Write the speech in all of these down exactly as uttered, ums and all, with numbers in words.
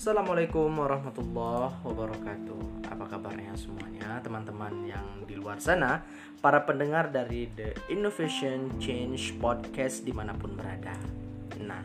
Assalamualaikum warahmatullahi wabarakatuh. Apa kabarnya semuanya teman-teman yang di luar sana, para pendengar dari The Innovation Change Podcast dimanapun berada. Nah,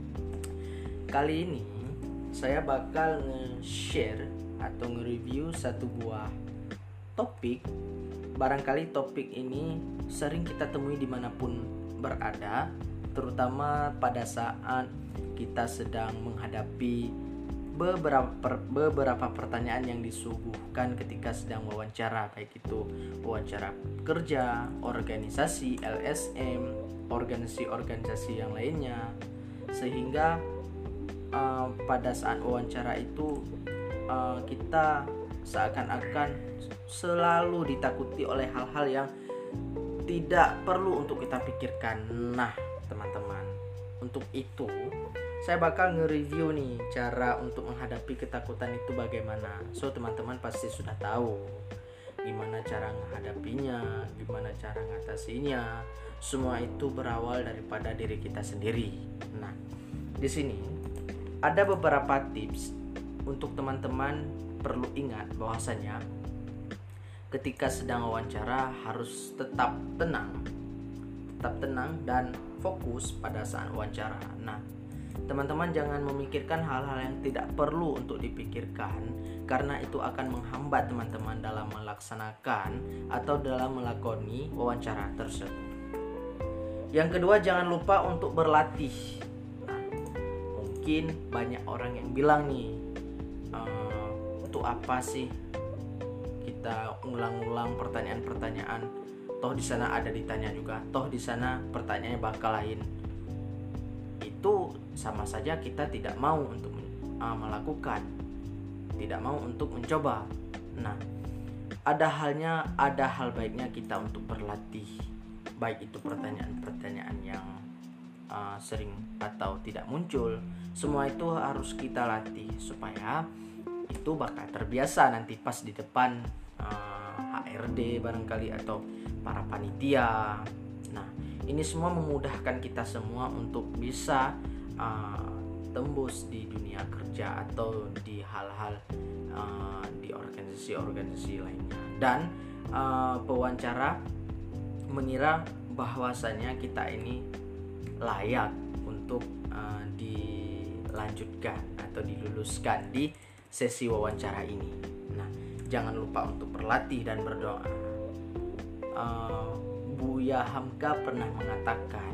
kali ini saya bakal nge-share atau nge-review satu buah topik. Barangkali topik ini sering kita temui dimanapun berada, terutama pada saat kita sedang menghadapi beberapa beberapa pertanyaan yang disuguhkan ketika sedang wawancara, baik itu wawancara kerja, organisasi, L S M, organisasi-organisasi yang lainnya, sehingga uh, pada saat wawancara itu uh, kita seakan-akan selalu ditakuti oleh hal-hal yang tidak perlu untuk kita pikirkan. Nah, teman-teman, untuk itu saya bakal nge-review nih cara untuk menghadapi ketakutan itu bagaimana. So, teman-teman pasti sudah tahu gimana cara menghadapinya, gimana cara ngatasinya. Semua itu berawal daripada diri kita sendiri. Nah, di sini ada beberapa tips untuk teman-teman perlu ingat bahwasanya ketika sedang wawancara harus tetap tenang, tetap tenang dan fokus pada saat wawancara. Nah, teman-teman jangan memikirkan hal-hal yang tidak perlu untuk dipikirkan, karena itu akan menghambat teman-teman dalam melaksanakan atau dalam melakoni wawancara tersebut. Yang kedua, jangan lupa untuk berlatih. Nah, mungkin banyak orang yang bilang nih, e, untuk apa sih kita ulang-ulang pertanyaan-pertanyaan? Toh di sana ada ditanya juga, toh di sana pertanyaannya bakal lain. Itu sama saja kita tidak mau untuk uh, melakukan, tidak mau untuk mencoba. Nah, ada halnya, ada hal baiknya kita untuk berlatih, baik itu pertanyaan-pertanyaan yang uh, sering atau tidak muncul. Semua itu harus kita latih supaya itu bakal terbiasa nanti pas di depan uh, H R D barangkali atau para panitia. Nah, ini semua memudahkan kita semua untuk bisa uh, tembus di dunia kerja atau di hal-hal uh, di organisasi-organisasi lainnya. Dan uh, pewawancara mengira bahwasanya kita ini layak untuk uh, dilanjutkan atau diluluskan di sesi wawancara ini. Nah, jangan lupa untuk berlatih dan berdoa. Uh, Buya Hamka pernah mengatakan,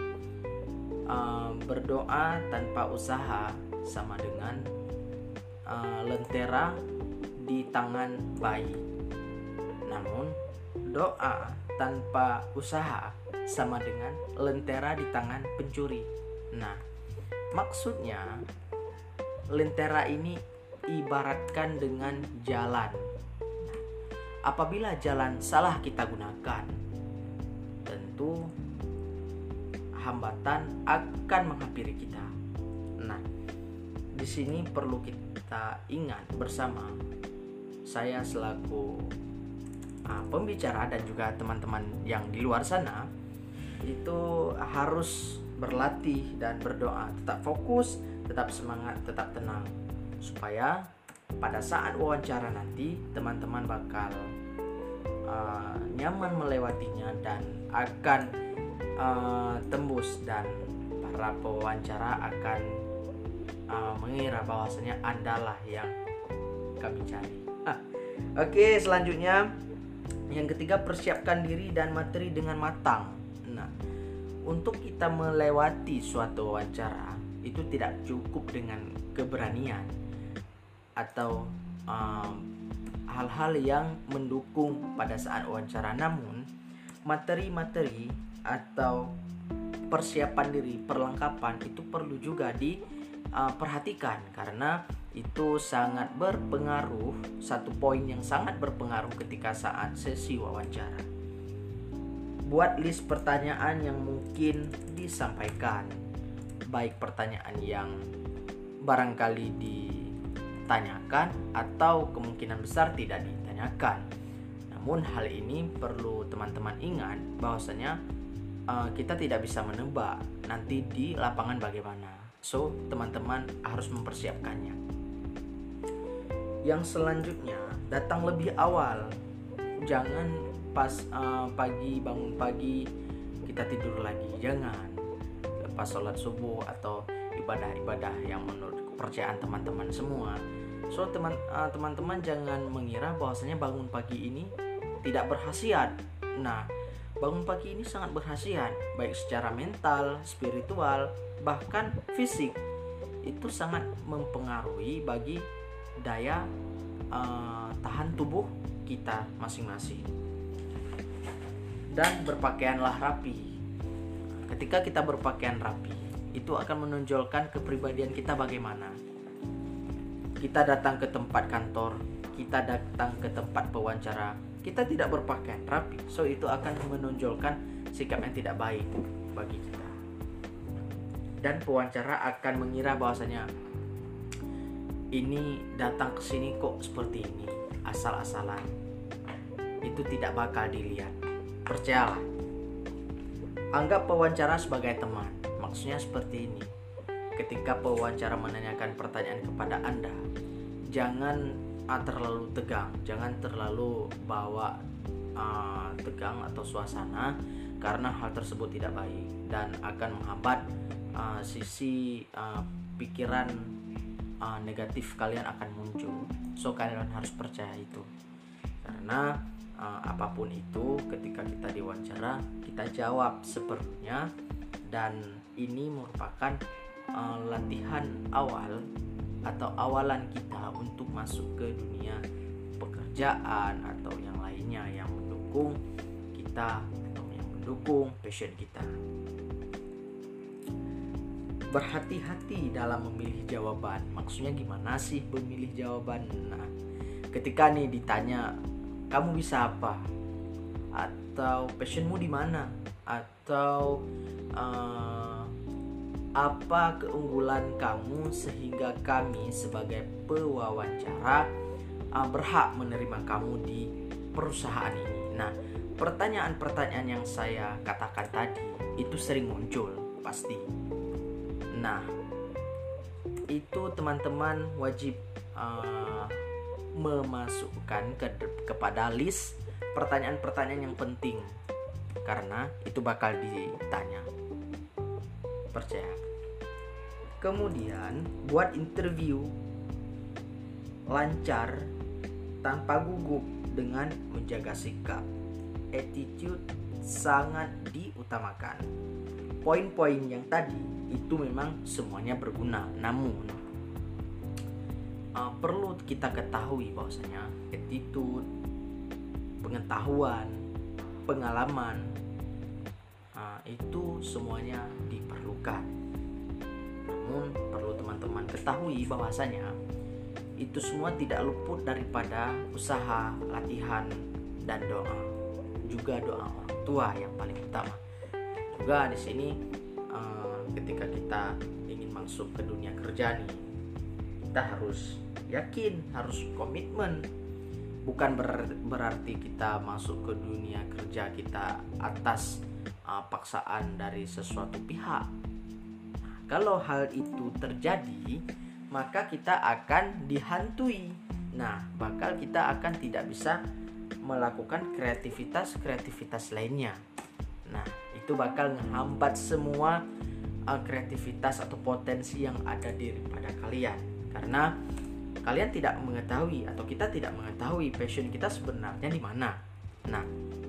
uh, berdoa tanpa usaha sama dengan uh, lentera di tangan bayi. Namun doa tanpa usaha sama dengan lentera di tangan pencuri. Nah, maksudnya lentera ini ibaratkan dengan jalan. Nah, apabila jalan salah kita gunakan, tentu hambatan akan menghampiri kita. Nah, di sini perlu kita ingat bersama, saya selaku uh, pembicara dan juga teman-teman yang di luar sana itu harus berlatih dan berdoa, tetap fokus, tetap semangat, tetap tenang, supaya pada saat wawancara nanti teman-teman bakal Uh, nyaman melewatinya dan akan uh, tembus, dan para pewawancara akan uh, mengira bahwasanya Andalah yang kami cari. Ah, Oke, okay, selanjutnya yang ketiga, persiapkan diri dan materi dengan matang. Nah, untuk kita melewati suatu wawancara itu tidak cukup dengan keberanian atau um, hal-hal yang mendukung pada saat wawancara, namun materi-materi atau persiapan diri, perlengkapan itu perlu juga diperhatikan, uh, karena itu sangat berpengaruh, satu poin yang sangat berpengaruh ketika saat sesi wawancara. Buat list pertanyaan yang mungkin disampaikan, baik pertanyaan yang barangkali di tanyakan atau kemungkinan besar tidak ditanyakan. Namun hal ini perlu teman-teman ingat bahwasanya uh, kita tidak bisa menebak nanti di lapangan bagaimana. So, teman-teman harus mempersiapkannya. Yang selanjutnya, datang lebih awal. Jangan pas uh, pagi bangun pagi kita tidur lagi, jangan. Lepas sholat subuh atau ibadah-ibadah yang menurut kepercayaan teman-teman semua. So teman uh, teman-teman jangan mengira bahwasanya bangun pagi ini tidak berkhasiat. Nah, bangun pagi ini sangat berkhasiat, baik secara mental, spiritual, bahkan fisik. Itu sangat mempengaruhi bagi daya uh, tahan tubuh kita masing-masing. Dan berpakaianlah rapi. Ketika kita berpakaian rapi, itu akan menonjolkan kepribadian kita bagaimana. Kita datang ke tempat kantor, kita datang ke tempat pewawancara, kita tidak berpakaian rapi, so itu akan menonjolkan sikap yang tidak baik bagi kita. Dan pewawancara akan mengira bahwasanya ini datang ke sini kok seperti ini, asal-asalan. Itu tidak bakal dilihat. Percayalah. Anggap pewawancara sebagai teman. Maksudnya seperti ini. Ketika pewawancara menanyakan pertanyaan kepada Anda, jangan uh, terlalu tegang, jangan terlalu bawa uh, tegang atau suasana, karena hal tersebut tidak baik dan akan menghambat uh, sisi uh, pikiran Uh, negatif kalian akan muncul. So kalian harus percaya itu. Karena uh, apapun itu, ketika kita diwawancara, kita jawab sepenuhnya. Dan ini merupakan uh, latihan awal atau awalan kita untuk masuk ke dunia pekerjaan atau yang lainnya yang mendukung kita atau yang mendukung passion kita. Berhati-hati dalam memilih jawaban. Maksudnya gimana sih memilih jawaban? Nah, ketika nih ditanya, kamu bisa apa? Atau passionmu di mana? Atau uh, apa keunggulan kamu sehingga kami sebagai pewawancara uh, berhak menerima kamu di perusahaan ini? Nah, pertanyaan-pertanyaan yang saya katakan tadi itu sering muncul pasti. Nah, itu teman-teman wajib uh, memasukkan ke, kepada list pertanyaan-pertanyaan yang penting, karena itu bakal ditanya. Percaya. Kemudian buat interview lancar tanpa gugup dengan menjaga sikap. Attitude sangat diutamakan. Poin-poin yang tadi itu memang semuanya berguna, namun uh, perlu kita ketahui bahwasanya attitude, pengetahuan, pengalaman uh, itu semuanya diperlukan. Namun perlu teman-teman ketahui bahwasanya itu semua tidak luput daripada usaha, latihan, dan doa. Juga doa orang tua yang paling utama. Juga di sini uh, ketika kita ingin masuk ke dunia kerja nih, kita harus yakin, harus komitmen. Bukan ber- berarti kita masuk ke dunia kerja kita atas uh, paksaan dari sesuatu pihak. Nah, kalau hal itu terjadi, maka kita akan dihantui. Nah, bakal kita akan tidak bisa melakukan kreativitas-kreativitas lainnya. Nah, itu bakal menghambat semua uh, kreativitas atau potensi yang ada daripada kalian. Karena kalian tidak mengetahui atau kita tidak mengetahui passion kita sebenarnya di mana. Nah,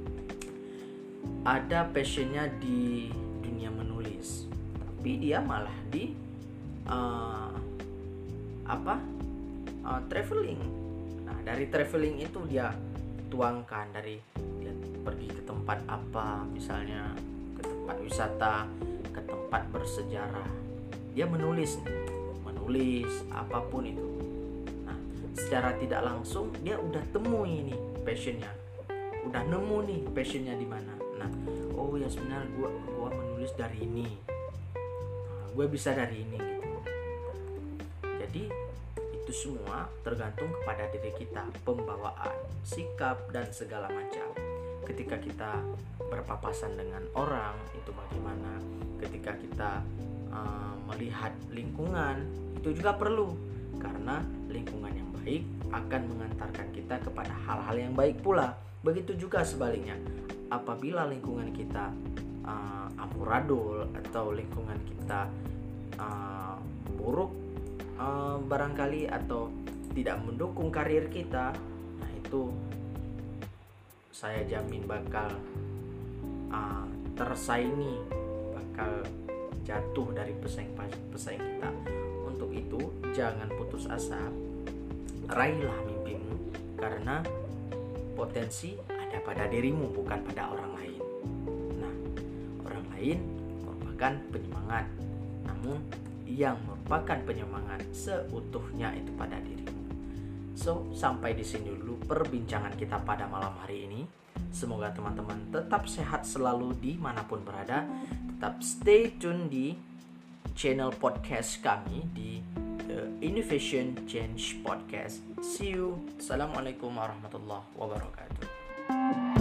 ada passionnya di dunia menulis, tapi dia malah di uh, apa? Uh, traveling. Nah, dari traveling itu dia tuangkan, dari dia pergi ke tempat apa, misalnya ke tempat wisata, ke tempat bersejarah, dia menulis menulis apapun itu. Nah, secara tidak langsung dia udah temui nih passionnya, udah nemu nih passionnya di mana. Nah, oh ya sebenarnya gue gue menulis dari ini, nah, gue bisa dari ini gitu. Jadi itu semua tergantung kepada diri kita, pembawaan, sikap, dan segala macam. Ketika kita berpapasan dengan orang itu bagaimana, ketika kita uh, melihat lingkungan itu juga perlu, karena lingkungan yang baik akan mengantarkan kita kepada hal-hal yang baik pula. Begitu juga sebaliknya, apabila lingkungan kita uh, amburadul atau lingkungan kita uh, buruk uh, barangkali atau tidak mendukung karir kita, nah itu saya jamin bakal uh, tersaingi, bakal jatuh dari pesaing-pesaing kita. Untuk itu jangan putus asa, raihlah mimpimu, karena potensi ada pada dirimu, bukan pada orang lain. Nah, orang lain merupakan penyemangat, namun yang merupakan penyemangat seutuhnya itu pada dirimu. So, sampai di sini dulu perbincangan kita pada malam hari ini. Semoga teman-teman tetap sehat selalu dimanapun berada. Tetap stay tune di channel podcast kami di The Innovation Change Podcast. See you. Assalamualaikum warahmatullahi wabarakatuh.